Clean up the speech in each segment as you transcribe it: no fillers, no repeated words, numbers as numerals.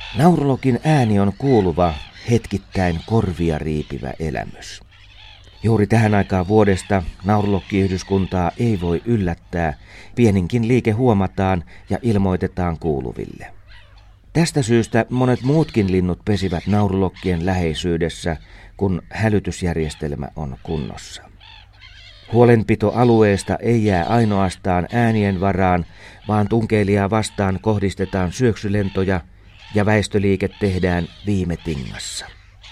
Naurulokin ääni on kuuluva, hetkittäin korvia riipivä elämys. Juuri tähän aikaan vuodesta naurulokkiyhdyskuntaa ei voi yllättää, pieninkin liike huomataan ja ilmoitetaan kuuluville. Tästä syystä monet muutkin linnut pesivät naurulokkien läheisyydessä, kun hälytysjärjestelmä on kunnossa. Huolenpito alueesta ei jää ainoastaan äänien varaan, vaan tunkeilijaa vastaan kohdistetaan syöksylentoja ja väestöliike tehdään viime tingassa.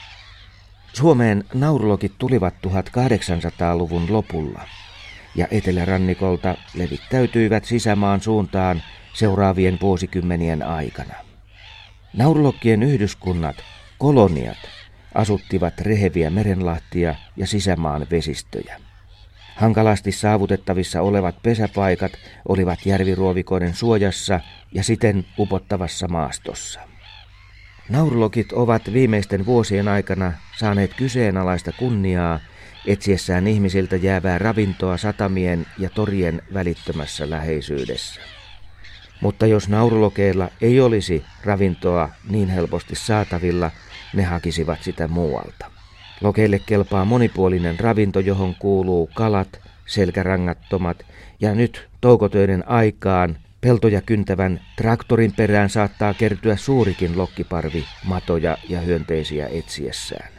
Suomeen naurulokit tulivat 1800-luvun lopulla ja etelärannikolta levittäytyivät sisämaan suuntaan seuraavien vuosikymmenien aikana. Naurulokkien yhdyskunnat, koloniat, asuttivat reheviä merenlahtia ja sisämaan vesistöjä. Hankalasti saavutettavissa olevat pesäpaikat olivat järviruovikoiden suojassa ja siten upottavassa maastossa. Naurulokit ovat viimeisten vuosien aikana saaneet kyseenalaista kunniaa etsiessään ihmisiltä jäävää ravintoa satamien ja torien välittömässä läheisyydessä. Mutta jos naurulokeilla ei olisi ravintoa niin helposti saatavilla, ne hakisivat sitä muualta. Lokeille kelpaa monipuolinen ravinto, johon kuuluu kalat, selkärangattomat ja nyt toukotöiden aikaan peltoja kyntävän traktorin perään saattaa kertyä suurikin lokkiparvi matoja ja hyönteisiä etsiessään.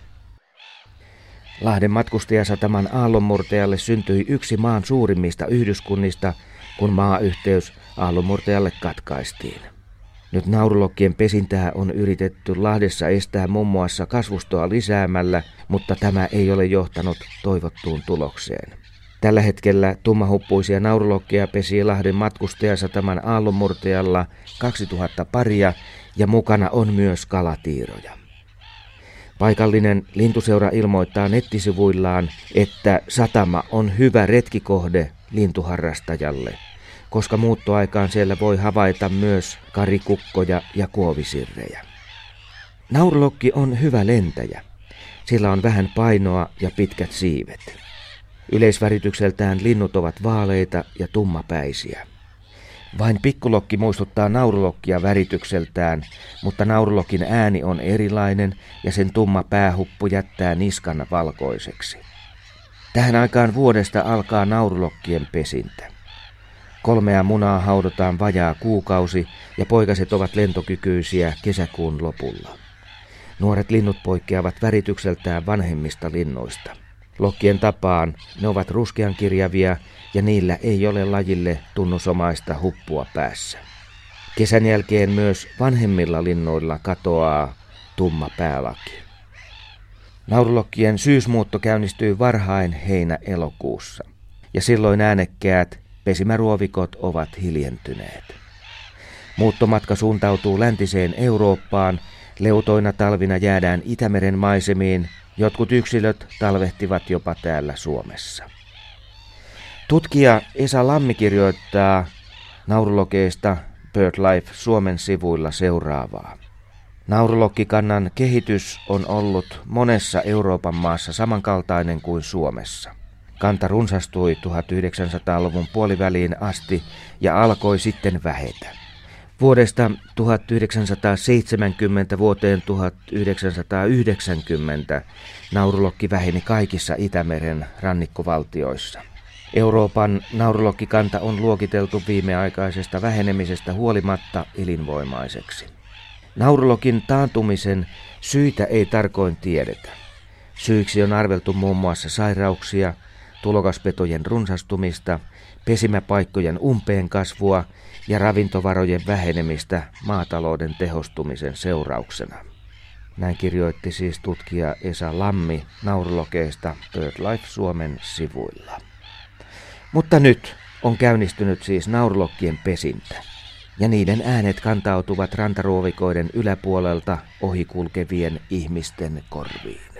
Lahden matkustajasataman aallonmurtealle syntyi yksi maan suurimmista yhdyskunnista, kun maayhteys aallonmurtealle katkaistiin. Nyt naurulokkien pesintää on yritetty Lahdessa estää muun muassa kasvustoa lisäämällä, mutta tämä ei ole johtanut toivottuun tulokseen. Tällä hetkellä tummahuppuisia naurulokkeja pesii Lahden matkustajasataman aallonmurtealla 2000 paria ja mukana on myös kalatiiroja. Paikallinen lintuseura ilmoittaa nettisivuillaan, että satama on hyvä retkikohde lintuharrastajalle, koska muuttoaikaan siellä voi havaita myös karikukkoja ja kuovisirrejä. Naurulokki on hyvä lentäjä. Sillä on vähän painoa ja pitkät siivet. Yleisväritykseltään linnut ovat vaaleita ja tummapäisiä. Vain pikkulokki muistuttaa naurulokkia väritykseltään, mutta naurulokin ääni on erilainen ja sen tumma päähuppu jättää niskan valkoiseksi. Tähän aikaan vuodesta alkaa naurulokkien pesintä. 3 munaa haudotaan vajaa kuukausi ja poikaset ovat lentokykyisiä kesäkuun lopulla. Nuoret linnut poikkeavat väritykseltään vanhemmista linnuista. Lokkien tapaan ne ovat ruskeankirjavia ja niillä ei ole lajille tunnusomaista huppua päässä. Kesän jälkeen myös vanhemmilla linnoilla katoaa tumma päälaki. Naurulokkien syysmuutto käynnistyy varhain heinä-elokuussa ja silloin äänekkäät pesimäruovikot ovat hiljentyneet. Muuttomatka suuntautuu läntiseen Eurooppaan, leutoina talvina jäädään Itämeren maisemiin, jotkut yksilöt talvehtivat jopa täällä Suomessa. Tutkija Esa Lammi kirjoittaa naurulokeista BirdLife Suomen sivuilla seuraavaa. Naurulokkikannan kehitys on ollut monessa Euroopan maassa samankaltainen kuin Suomessa. Kanta runsastui 1900-luvun puoliväliin asti ja alkoi sitten vähetä. Vuodesta 1970 vuoteen 1990 naurulokki väheni kaikissa Itämeren rannikkovaltioissa. Euroopan naurulokkikanta on luokiteltu viimeaikaisesta vähenemisestä huolimatta elinvoimaiseksi. Naurulokin taantumisen syitä ei tarkoin tiedetä. Syiksi on arveltu muun muassa sairauksia, tulokaspetojen runsastumista, pesimäpaikkojen umpeen kasvua ja ravintovarojen vähenemistä maatalouden tehostumisen seurauksena. Näin kirjoitti siis tutkija Esa Lammi naurulokeista BirdLife Suomen sivuilla. Mutta nyt on käynnistynyt siis naurulokkien pesintä, ja niiden äänet kantautuvat rantaruovikoiden yläpuolelta ohikulkevien ihmisten korviin.